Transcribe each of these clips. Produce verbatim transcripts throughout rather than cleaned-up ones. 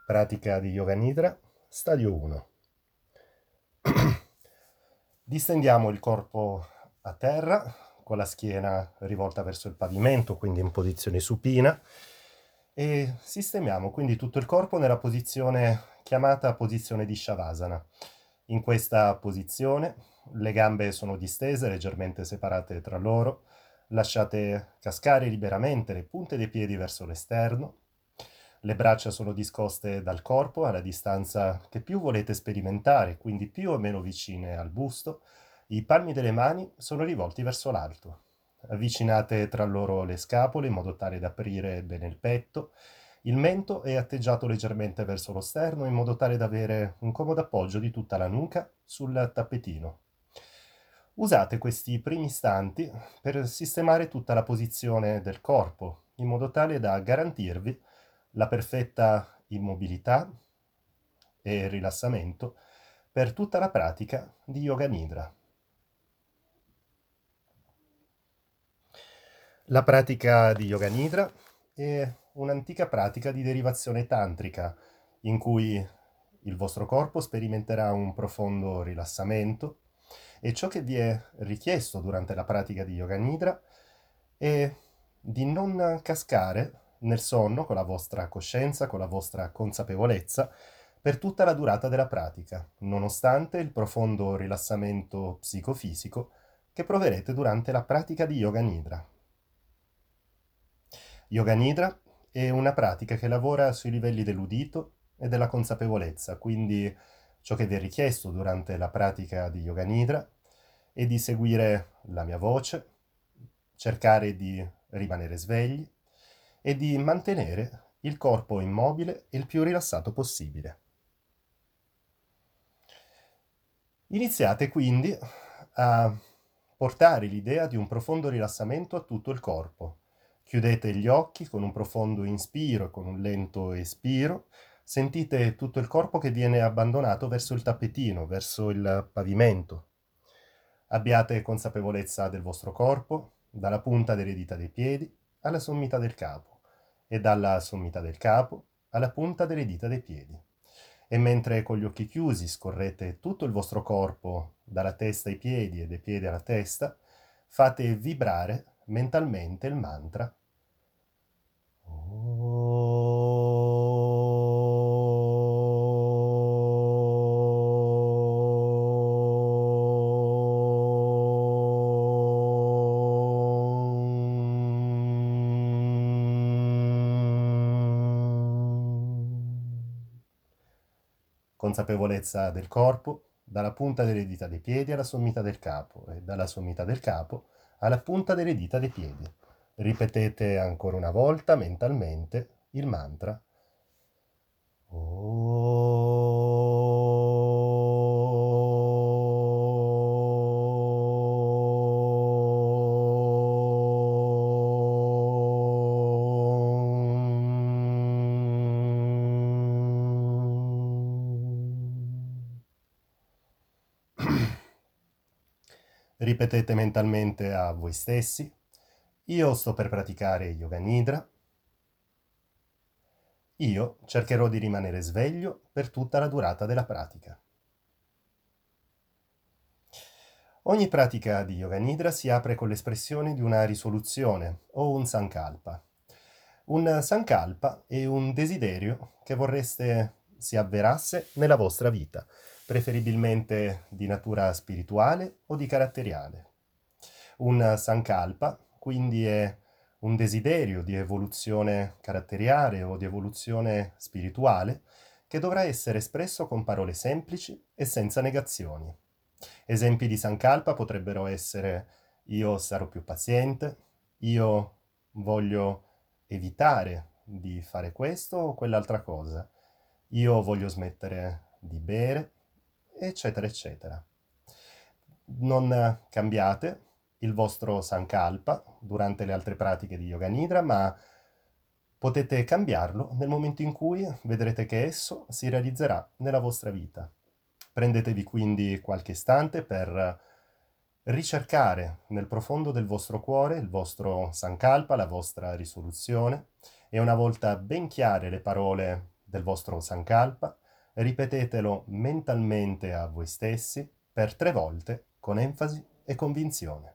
Pratica di Yoga Nidra, stadio uno. Distendiamo il corpo a terra, con la schiena rivolta verso il pavimento, quindi in posizione supina, e sistemiamo quindi tutto il corpo nella posizione chiamata posizione di Shavasana. In questa posizione le gambe sono distese, leggermente separate tra loro, lasciate cascare liberamente le punte dei piedi verso l'esterno. Le braccia sono discoste dal corpo alla distanza che più volete sperimentare, quindi più o meno vicine al busto. I palmi delle mani sono rivolti verso l'alto. Avvicinate tra loro le scapole in modo tale da aprire bene il petto. Il mento è atteggiato leggermente verso lo sterno in modo tale da avere un comodo appoggio di tutta la nuca sul tappetino. Usate questi primi istanti per sistemare tutta la posizione del corpo in modo tale da garantirvi la perfetta immobilità e rilassamento per tutta la pratica di Yoga Nidra. La pratica di Yoga Nidra è un'antica pratica di derivazione tantrica in cui il vostro corpo sperimenterà un profondo rilassamento e ciò che vi è richiesto durante la pratica di Yoga Nidra è di non cascare nel sonno con la vostra coscienza, con la vostra consapevolezza, per tutta la durata della pratica, nonostante il profondo rilassamento psicofisico che proverete durante la pratica di Yoga Nidra. Yoga Nidra è una pratica che lavora sui livelli dell'udito e della consapevolezza, quindi ciò che vi è richiesto durante la pratica di Yoga Nidra è di seguire la mia voce, cercare di rimanere svegli e di mantenere il corpo immobile e il più rilassato possibile. Iniziate quindi a portare l'idea di un profondo rilassamento a tutto il corpo. Chiudete gli occhi con un profondo inspiro e con un lento espiro. Sentite tutto il corpo che viene abbandonato verso il tappetino, verso il pavimento. Abbiate consapevolezza del vostro corpo, dalla punta delle dita dei piedi alla sommità del capo e dalla sommità del capo alla punta delle dita dei piedi. E mentre con gli occhi chiusi scorrete tutto il vostro corpo dalla testa ai piedi e dai piedi alla testa, fate vibrare mentalmente il mantra consapevolezza del corpo, dalla punta delle dita dei piedi alla sommità del capo e dalla sommità del capo alla punta delle dita dei piedi. Ripetete ancora una volta mentalmente il mantra Ripetete mentalmente a voi stessi: io sto per praticare Yoga Nidra. Io cercherò di rimanere sveglio per tutta la durata della pratica. Ogni pratica di Yoga Nidra si apre con l'espressione di una risoluzione o un sankalpa. Un sankalpa è un desiderio che vorreste si avverasse nella vostra vita, preferibilmente di natura spirituale o di caratteriale. Un sankalpa quindi è un desiderio di evoluzione caratteriale o di evoluzione spirituale che dovrà essere espresso con parole semplici e senza negazioni. Esempi di sankalpa potrebbero essere: io sarò più paziente, io voglio evitare di fare questo o quell'altra cosa, io voglio smettere di bere, eccetera, eccetera. Non cambiate il vostro sankalpa durante le altre pratiche di Yoga Nidra, ma potete cambiarlo nel momento in cui vedrete che esso si realizzerà nella vostra vita. Prendetevi quindi qualche istante per ricercare nel profondo del vostro cuore il vostro sankalpa, la vostra risoluzione, e una volta ben chiare le parole del vostro Sankalpa, ripetetelo mentalmente a voi stessi per tre volte con enfasi e convinzione.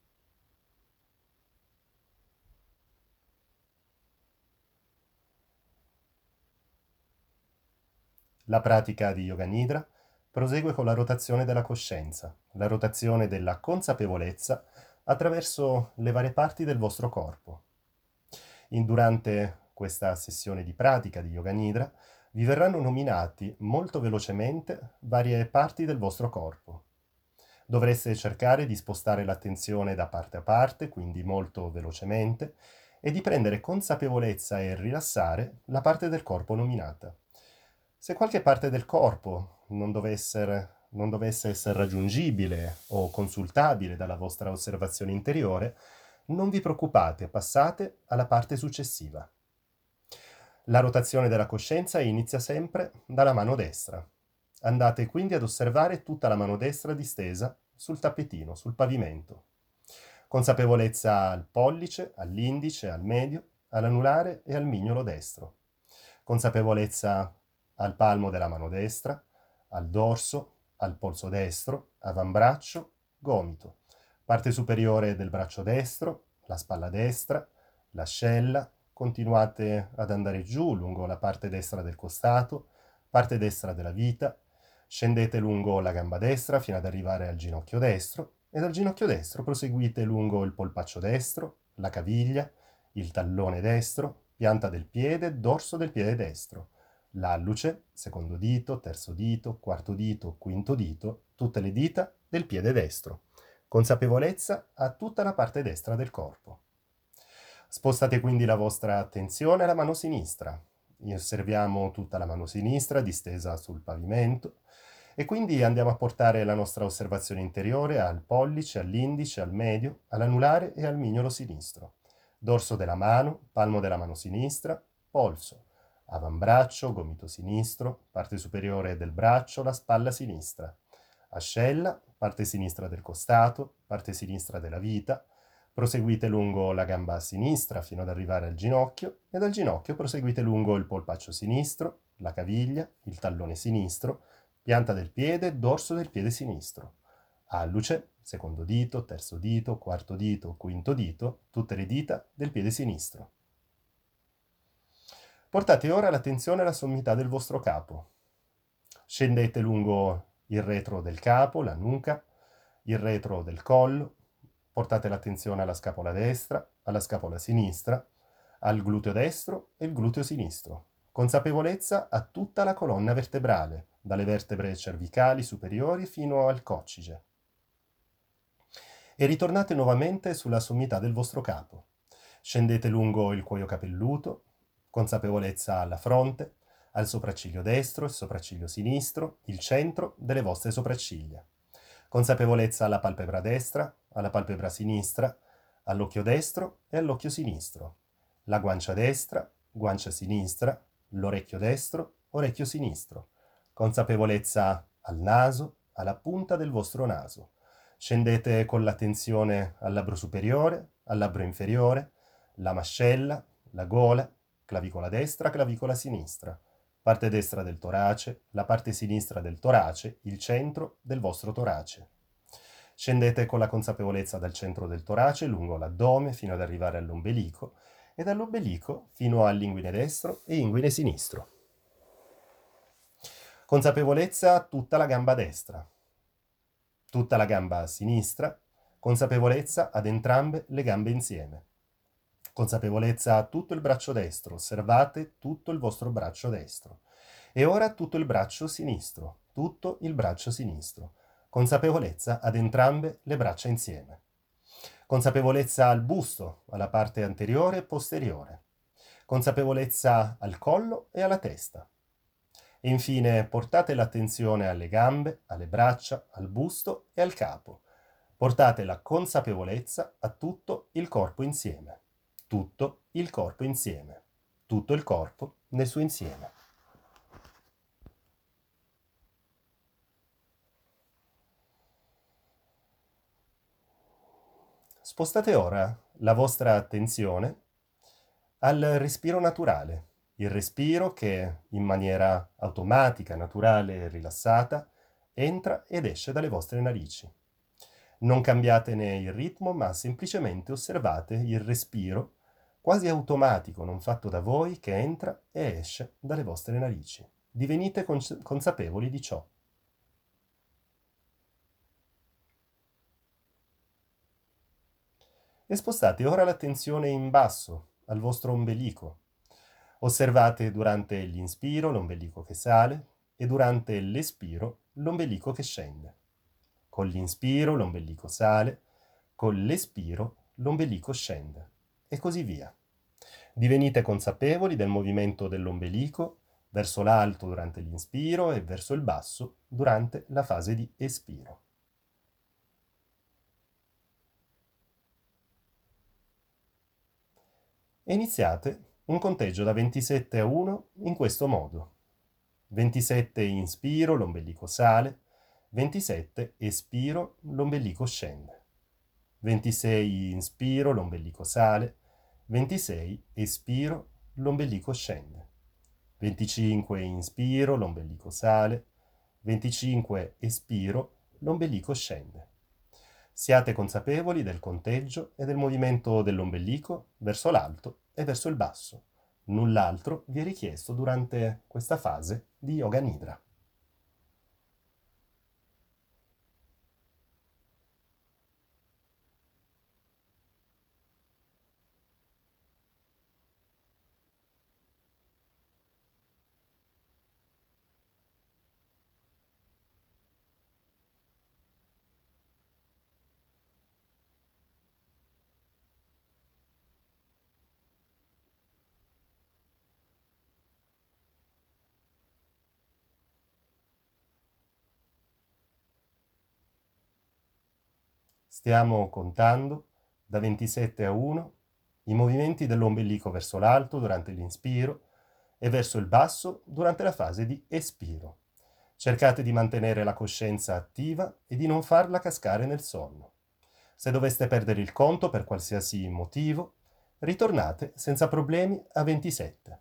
La pratica di Yoga Nidra prosegue con la rotazione della coscienza, la rotazione della consapevolezza attraverso le varie parti del vostro corpo. In, durante questa sessione di pratica di Yoga Nidra vi verranno nominati molto velocemente varie parti del vostro corpo. Dovreste cercare di spostare l'attenzione da parte a parte, quindi molto velocemente, e di prendere consapevolezza e rilassare la parte del corpo nominata. Se qualche parte del corpo non dovesse, non dovesse essere raggiungibile o consultabile dalla vostra osservazione interiore, non vi preoccupate, passate alla parte successiva. La rotazione della coscienza inizia sempre dalla mano destra. Andate quindi ad osservare tutta la mano destra distesa sul tappetino, sul pavimento. Consapevolezza al pollice, all'indice, al medio, all'anulare e al mignolo destro. Consapevolezza al palmo della mano destra, al dorso, al polso destro, avambraccio, gomito, parte superiore del braccio destro, la spalla destra, l'ascella. Continuate ad andare giù lungo la parte destra del costato, parte destra della vita, scendete lungo la gamba destra fino ad arrivare al ginocchio destro e dal ginocchio destro proseguite lungo il polpaccio destro, la caviglia, il tallone destro, pianta del piede, dorso del piede destro, l'alluce, secondo dito, terzo dito, quarto dito, quinto dito, tutte le dita del piede destro. Consapevolezza a tutta la parte destra del corpo. Spostate quindi la vostra attenzione alla mano sinistra. Osserviamo tutta la mano sinistra distesa sul pavimento e quindi andiamo a portare la nostra osservazione interiore al pollice, all'indice, al medio, all'anulare e al mignolo sinistro. Dorso della mano, palmo della mano sinistra, polso, avambraccio, gomito sinistro, parte superiore del braccio, la spalla sinistra, ascella, parte sinistra del costato, parte sinistra della vita. Proseguite lungo la gamba sinistra fino ad arrivare al ginocchio e dal ginocchio proseguite lungo il polpaccio sinistro, la caviglia, il tallone sinistro, pianta del piede, dorso del piede sinistro. Alluce, secondo dito, terzo dito, quarto dito, quinto dito, tutte le dita del piede sinistro. Portate ora l'attenzione alla sommità del vostro capo. Scendete lungo il retro del capo, la nuca, il retro del collo. Portate l'attenzione alla scapola destra, alla scapola sinistra, al gluteo destro e il gluteo sinistro. Consapevolezza a tutta la colonna vertebrale, dalle vertebre cervicali superiori fino al coccige. E ritornate nuovamente sulla sommità del vostro capo. Scendete lungo il cuoio capelluto, consapevolezza alla fronte, al sopracciglio destro, il sopracciglio sinistro, il centro delle vostre sopracciglia. Consapevolezza alla palpebra destra, alla palpebra sinistra, all'occhio destro e all'occhio sinistro. La guancia destra, guancia sinistra, l'orecchio destro, orecchio sinistro. Consapevolezza al naso, alla punta del vostro naso. Scendete con l'attenzione al labbro superiore, al labbro inferiore, la mascella, la gola, clavicola destra, clavicola sinistra, parte destra del torace, la parte sinistra del torace, il centro del vostro torace. Scendete con la consapevolezza dal centro del torace lungo l'addome fino ad arrivare all'ombelico e dall'ombelico fino all'inguine destro e inguine sinistro. Consapevolezza tutta la gamba destra, tutta la gamba sinistra, consapevolezza ad entrambe le gambe insieme. Consapevolezza a tutto il braccio destro, osservate tutto il vostro braccio destro. E ora tutto il braccio sinistro, tutto il braccio sinistro. Consapevolezza ad entrambe le braccia insieme. Consapevolezza al busto, alla parte anteriore e posteriore. Consapevolezza al collo e alla testa. E infine portate l'attenzione alle gambe, alle braccia, al busto e al capo. Portate la consapevolezza a tutto il corpo insieme. Tutto il corpo insieme. Tutto il corpo nel suo insieme. Spostate ora la vostra attenzione al respiro naturale, Il respiro che in maniera automatica, naturale e rilassata entra ed esce dalle vostre narici. Non cambiatene il ritmo, ma semplicemente osservate il respiro quasi automatico, non fatto da voi, che entra e esce dalle vostre narici. Divenite cons- consapevoli di ciò. E spostate ora l'attenzione in basso, al vostro ombelico. Osservate durante l'inspiro l'ombelico che sale e durante l'espiro l'ombelico che scende. Con l'inspiro l'ombelico sale, con l'espiro l'ombelico scende e così via. Divenite consapevoli del movimento dell'ombelico verso l'alto durante l'inspiro e verso il basso durante la fase di espiro. E iniziate un conteggio da ventisette a uno in questo modo. ventisette inspiro, l'ombelico sale, ventisette espiro, l'ombelico scende. ventisei inspiro, l'ombelico sale, ventisei espiro, l'ombelico scende. venticinque inspiro, l'ombelico sale, venticinque espiro, l'ombelico scende. Siate consapevoli del conteggio e del movimento dell'ombelico verso l'alto e verso il basso. Null'altro vi è richiesto durante questa fase di Yoga Nidra. Stiamo contando da ventisette a uno i movimenti dell'ombelico verso l'alto durante l'inspiro e verso il basso durante la fase di espiro. Cercate di mantenere la coscienza attiva e di non farla cascare nel sonno. Se doveste perdere il conto per qualsiasi motivo, ritornate senza problemi a ventisette.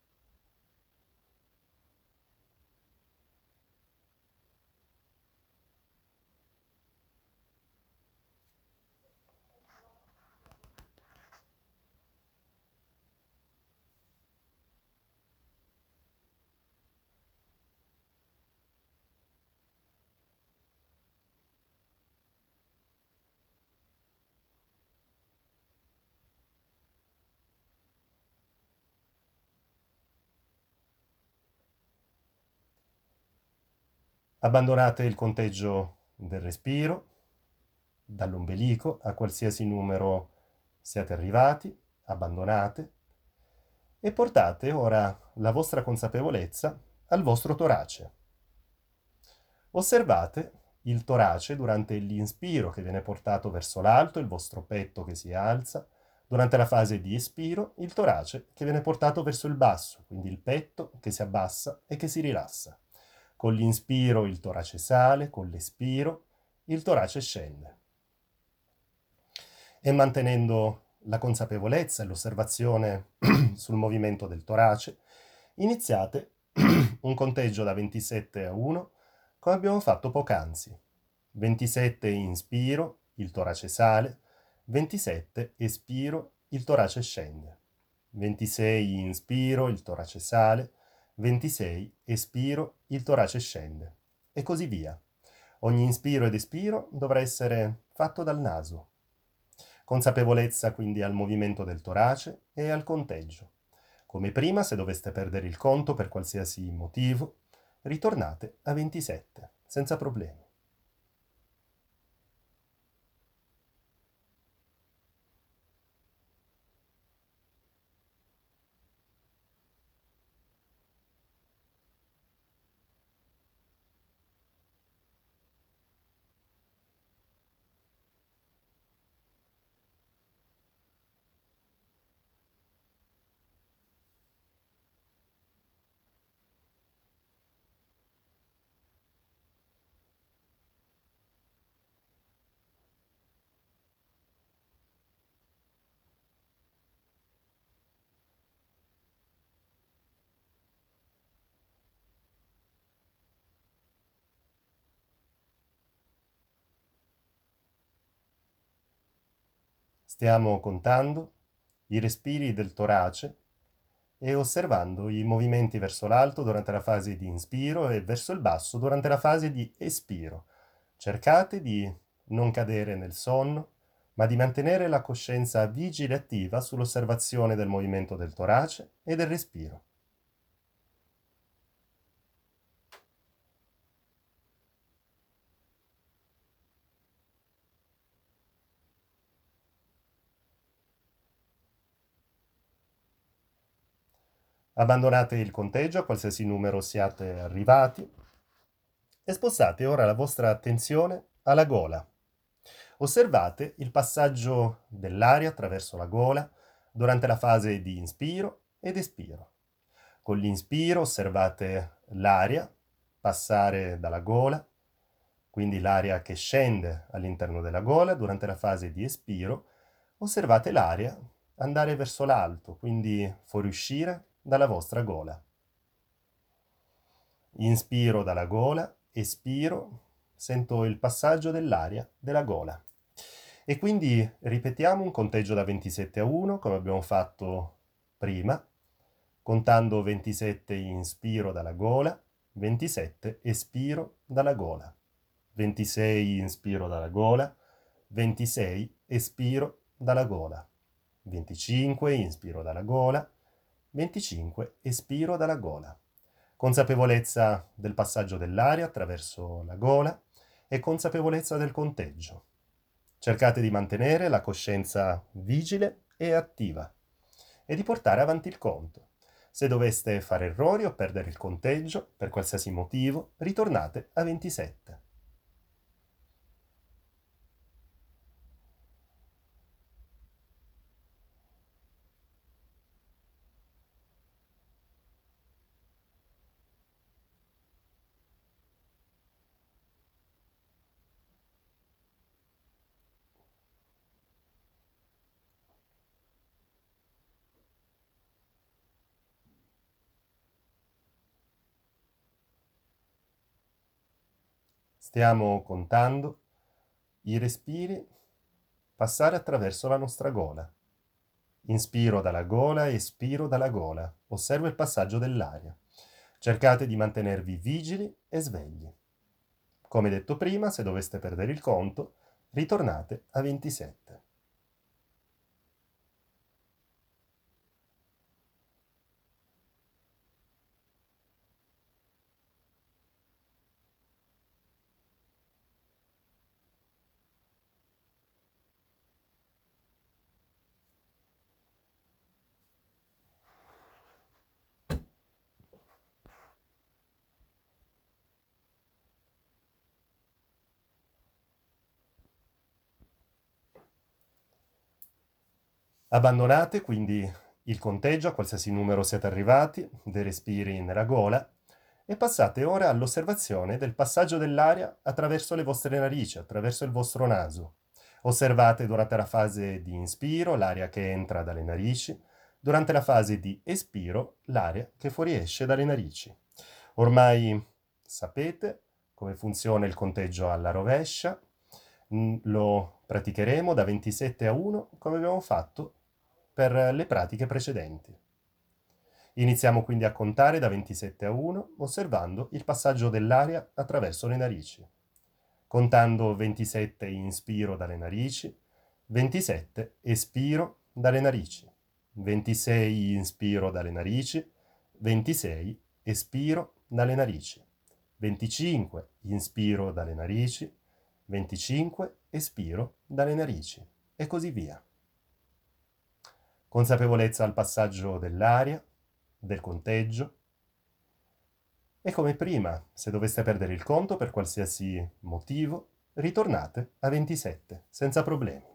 Abbandonate il conteggio del respiro, dall'ombelico a qualsiasi numero siate arrivati, abbandonate e portate ora la vostra consapevolezza al vostro torace. Osservate il torace durante l'inspiro che viene portato verso l'alto, il vostro petto che si alza, durante la fase di espiro il torace che viene portato verso il basso, quindi il petto che si abbassa e che si rilassa. Con l'inspiro il torace sale, con l'espiro il torace scende. E mantenendo la consapevolezza e l'osservazione sul movimento del torace, iniziate un conteggio da ventisette a uno, come abbiamo fatto poc'anzi. ventisette inspiro, il torace sale, ventisette espiro, il torace scende. ventisei inspiro, il torace sale, ventisei espiro, il torace scende. E così via. Ogni inspiro ed espiro dovrà essere fatto dal naso. Consapevolezza quindi al movimento del torace e al conteggio. Come prima, se doveste perdere il conto per qualsiasi motivo, ritornate a ventisette, senza problemi. Stiamo contando i respiri del torace e osservando i movimenti verso l'alto durante la fase di inspiro e verso il basso durante la fase di espiro. Cercate di non cadere nel sonno, ma di mantenere la coscienza vigile e attiva sull'osservazione del movimento del torace e del respiro. Abbandonate il conteggio a qualsiasi numero siate arrivati e spostate ora la vostra attenzione alla gola. Osservate il passaggio dell'aria attraverso la gola durante la fase di inspiro ed espiro. Con l'inspiro osservate l'aria passare dalla gola, quindi l'aria che scende all'interno della gola. Durante la fase di espiro osservate l'aria andare verso l'alto, quindi fuoriuscire dalla vostra gola. Inspiro dalla gola, espiro, sento il passaggio dell'aria della gola. E quindi ripetiamo un conteggio da ventisette a uno, come abbiamo fatto prima, contando ventisette inspiro dalla gola, ventisette espiro dalla gola, ventisei inspiro dalla gola, ventisei espiro dalla gola, venticinque inspiro dalla gola, venticinque espiro dalla gola. Consapevolezza del passaggio dell'aria attraverso la gola e consapevolezza del conteggio. Cercate di mantenere la coscienza vigile e attiva e di portare avanti il conto. Se doveste fare errori o perdere il conteggio, per qualsiasi motivo, ritornate a ventisette. Stiamo contando i respiri passare attraverso la nostra gola. Inspiro dalla gola, espiro dalla gola. Osservo il passaggio dell'aria. Cercate di mantenervi vigili e svegli. Come detto prima, se doveste perdere il conto, ritornate a ventisette. Abbandonate quindi il conteggio a qualsiasi numero siete arrivati, dei respiri nella gola, e passate ora all'osservazione del passaggio dell'aria attraverso le vostre narici, attraverso il vostro naso. Osservate durante la fase di inspiro l'aria che entra dalle narici, durante la fase di espiro l'aria che fuoriesce dalle narici. Ormai sapete come funziona il conteggio alla rovescia, lo praticheremo da ventisette a uno come abbiamo fatto per le pratiche precedenti. Iniziamo quindi a contare da ventisette a uno, osservando il passaggio dell'aria attraverso le narici. Contando ventisette inspiro dalle narici, ventisette espiro dalle narici, ventisei inspiro dalle narici, ventisei espiro dalle narici, venticinque inspiro dalle narici, venticinque espiro dalle narici, e così via. Consapevolezza al passaggio dell'aria, del conteggio. E come prima, se doveste perdere il conto per qualsiasi motivo, ritornate a ventisette senza problemi.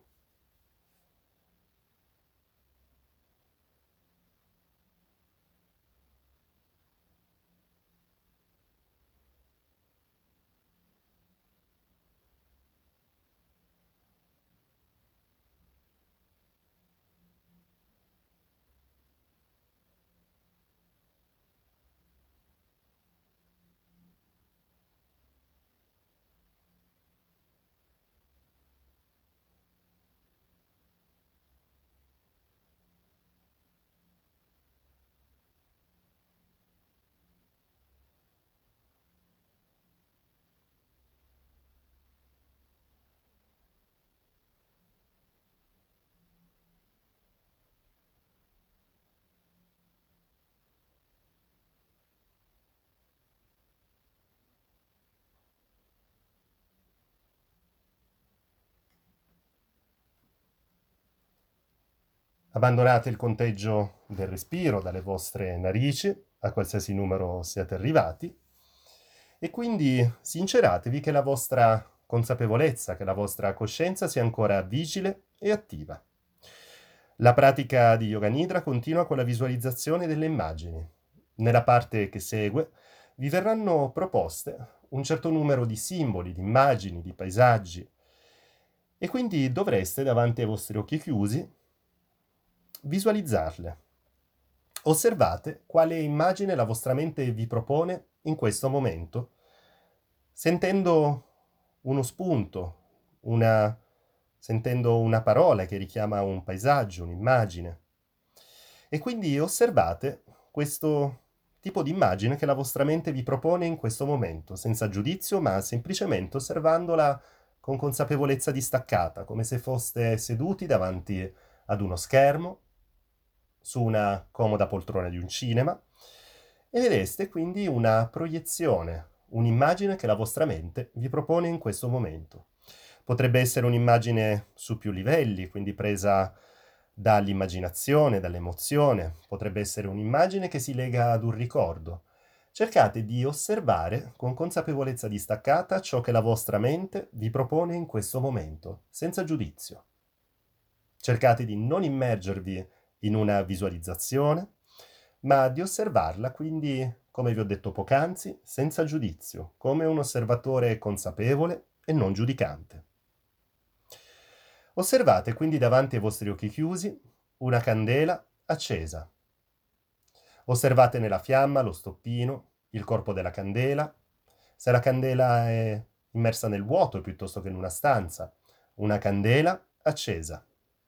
Abbandonate il conteggio del respiro dalle vostre narici, a qualsiasi numero siate arrivati, e quindi sinceratevi che la vostra consapevolezza, che la vostra coscienza sia ancora vigile e attiva. La pratica di Yoga Nidra continua con la visualizzazione delle immagini. Nella parte che segue vi verranno proposte un certo numero di simboli, di immagini, di paesaggi, e quindi dovreste, davanti ai vostri occhi chiusi, visualizzarle. Osservate quale immagine la vostra mente vi propone in questo momento, sentendo uno spunto, una, sentendo una parola che richiama un paesaggio, un'immagine. E quindi osservate questo tipo di immagine che la vostra mente vi propone in questo momento, senza giudizio, ma semplicemente osservandola con consapevolezza distaccata, come se foste seduti davanti ad uno schermo, su una comoda poltrona di un cinema, e vedeste quindi una proiezione, un'immagine che la vostra mente vi propone in questo momento. Potrebbe essere un'immagine su più livelli, quindi presa dall'immaginazione, dall'emozione, potrebbe essere un'immagine che si lega ad un ricordo. Cercate di osservare con consapevolezza distaccata ciò che la vostra mente vi propone in questo momento, senza giudizio. Cercate di non immergervi in una visualizzazione, ma di osservarla, quindi, come vi ho detto poc'anzi, senza giudizio, come un osservatore consapevole e non giudicante. Osservate quindi davanti ai vostri occhi chiusi una candela accesa. Osservatene la fiamma, lo stoppino, il corpo della candela, se la candela è immersa nel vuoto piuttosto che in una stanza, una candela accesa.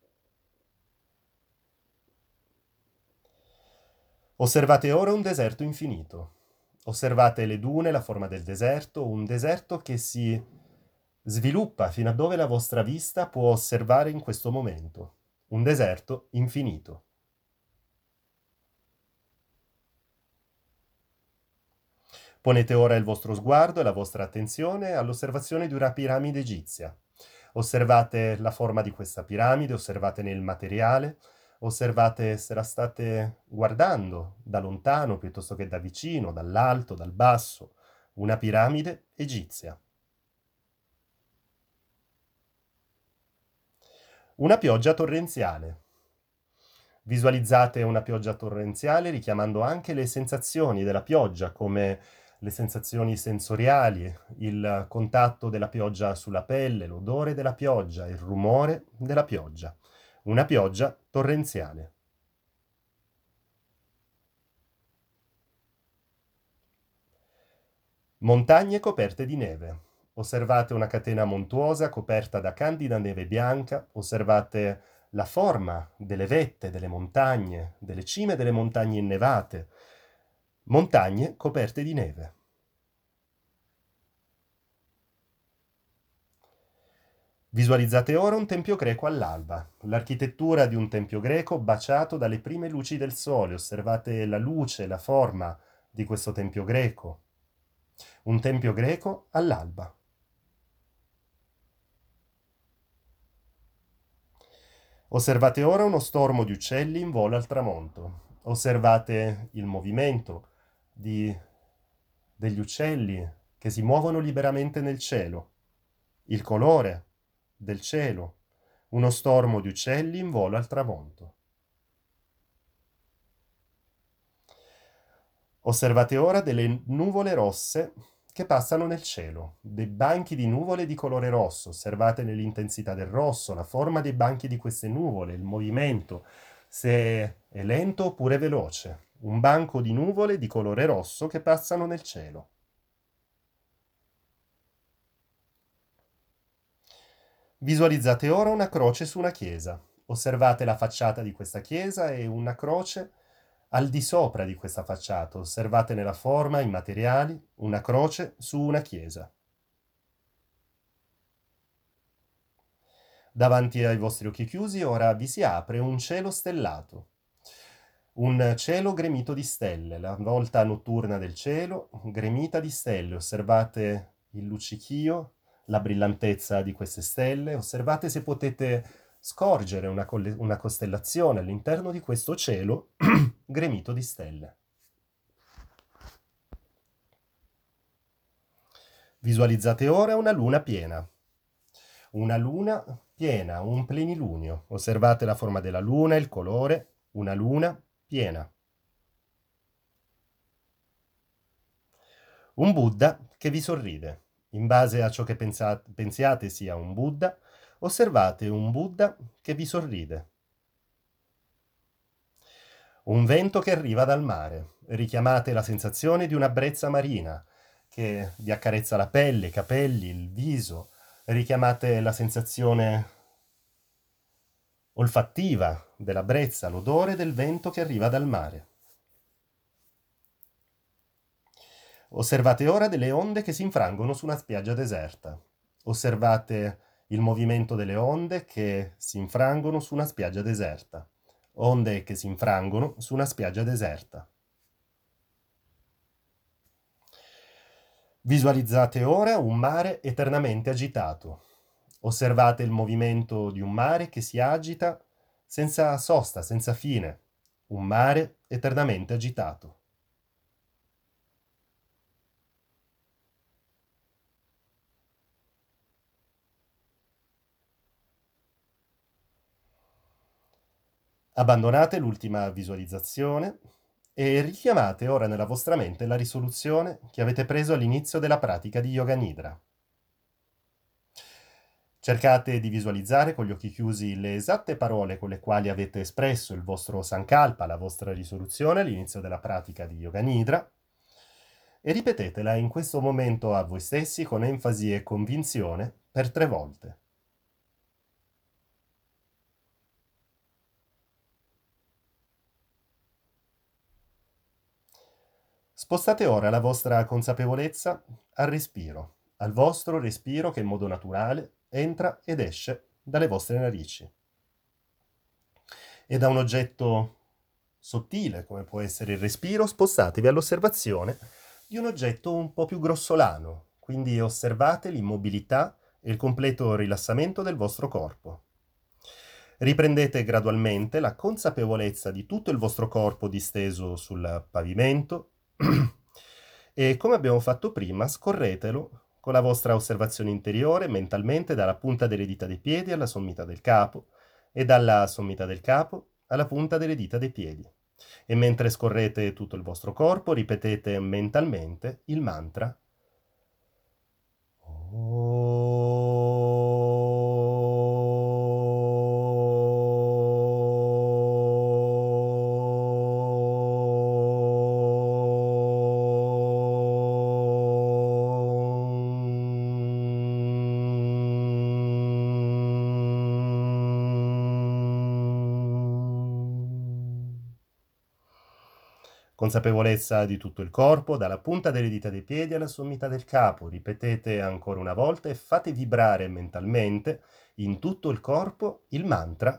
Osservate ora un deserto infinito. Osservate le dune, la forma del deserto, un deserto che si sviluppa fino a dove la vostra vista può osservare in questo momento. Un deserto infinito. Ponete ora il vostro sguardo e la vostra attenzione all'osservazione di una piramide egizia. Osservate la forma di questa piramide, osservatene il materiale, osservate se la state guardando da lontano piuttosto che da vicino, dall'alto, dal basso, una piramide egizia. Una pioggia torrenziale. Visualizzate una pioggia torrenziale richiamando anche le sensazioni della pioggia, come le sensazioni sensoriali, il contatto della pioggia sulla pelle, l'odore della pioggia, il rumore della pioggia. Una pioggia torrenziale. Montagne coperte di neve. Osservate una catena montuosa coperta da candida neve bianca, osservate la forma delle vette delle montagne, delle cime delle montagne innevate. Montagne coperte di neve. Visualizzate ora un tempio greco all'alba, l'architettura di un tempio greco baciato dalle prime luci del sole. Osservate la luce, la forma di questo tempio greco. Un tempio greco all'alba. Osservate ora uno stormo di uccelli in volo al tramonto. Osservate il movimento di... degli uccelli che si muovono liberamente nel cielo, il colore del cielo, uno stormo di uccelli in volo al tramonto. Osservate ora delle nuvole rosse che passano nel cielo, dei banchi di nuvole di colore rosso. Osservate l'intensità del rosso, la forma dei banchi di queste nuvole, il movimento, se è lento oppure veloce. Un banco di nuvole di colore rosso che passano nel cielo. Visualizzate ora una croce su una chiesa. Osservate la facciata di questa chiesa e una croce al di sopra di questa facciata. Osservate nella forma, i materiali, una croce su una chiesa. Davanti ai vostri occhi chiusi ora vi si apre un cielo stellato. Un cielo gremito di stelle, la volta notturna del cielo gremita di stelle. Osservate il luccichio, la brillantezza di queste stelle. Osservate se potete scorgere una, colle- una costellazione all'interno di questo cielo gremito di stelle. Visualizzate ora una luna piena. Una luna piena, un plenilunio. Osservate la forma della luna, il colore, una luna piena. Un Buddha che vi sorride. In base a ciò che pensate, pensiate sia un Buddha, osservate un Buddha che vi sorride. Un vento che arriva dal mare. Richiamate la sensazione di una brezza marina che vi accarezza la pelle, i capelli, il viso. Richiamate la sensazione olfattiva della brezza, l'odore del vento che arriva dal mare. Osservate ora delle onde che si infrangono su una spiaggia deserta. Osservate il movimento delle onde che si infrangono su una spiaggia deserta. Onde che si infrangono su una spiaggia deserta. Visualizzate ora un mare eternamente agitato. Osservate il movimento di un mare che si agita senza sosta, senza fine. Un mare eternamente agitato. Abbandonate l'ultima visualizzazione e richiamate ora nella vostra mente la risoluzione che avete preso all'inizio della pratica di Yoga Nidra. Cercate di visualizzare con gli occhi chiusi le esatte parole con le quali avete espresso il vostro sankalpa, la vostra risoluzione all'inizio della pratica di Yoga Nidra, e ripetetela in questo momento a voi stessi con enfasi e convinzione per tre volte. Spostate ora la vostra consapevolezza al respiro, al vostro respiro che in modo naturale entra ed esce dalle vostre narici. E da un oggetto sottile, come può essere il respiro, spostatevi all'osservazione di un oggetto un po' più grossolano, quindi osservate l'immobilità e il completo rilassamento del vostro corpo. Riprendete gradualmente la consapevolezza di tutto il vostro corpo disteso sul pavimento e, come abbiamo fatto prima, scorretelo con la vostra osservazione interiore mentalmente dalla punta delle dita dei piedi alla sommità del capo e dalla sommità del capo alla punta delle dita dei piedi. E mentre scorrete tutto il vostro corpo, ripetete mentalmente il mantra Consapevolezza di tutto il corpo, dalla punta delle dita dei piedi alla sommità del capo. Ripetete ancora una volta e fate vibrare mentalmente in tutto il corpo il mantra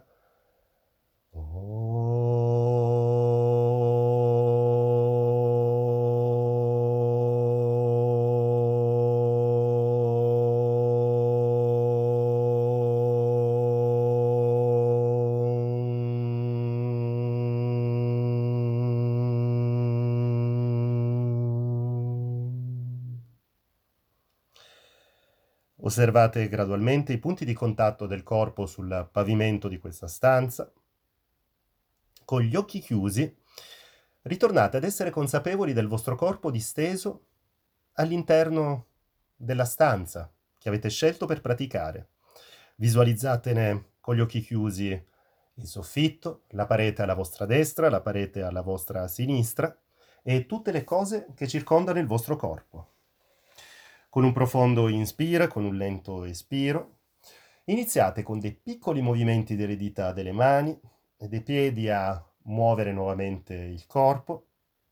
Osservate gradualmente i punti di contatto del corpo sul pavimento di questa stanza. Con gli occhi chiusi, ritornate ad essere consapevoli del vostro corpo disteso all'interno della stanza che avete scelto per praticare. Visualizzatene con gli occhi chiusi il soffitto, la parete alla vostra destra, la parete alla vostra sinistra e tutte le cose che circondano il vostro corpo. Con un profondo inspiro, con un lento espiro, iniziate con dei piccoli movimenti delle dita delle mani e dei piedi a muovere nuovamente il corpo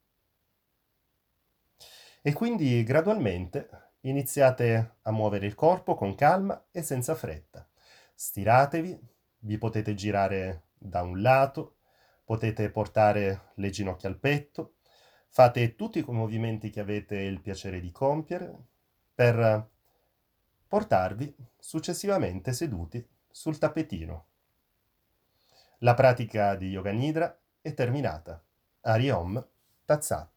e quindi gradualmente iniziate a muovere il corpo con calma e senza fretta. Stiratevi, vi potete girare da un lato, potete portare le ginocchia al petto, fate tutti i movimenti che avete il piacere di compiere per portarvi successivamente seduti sul tappetino. La pratica di Yoga Nidra è terminata. Hari Om Tat Sat.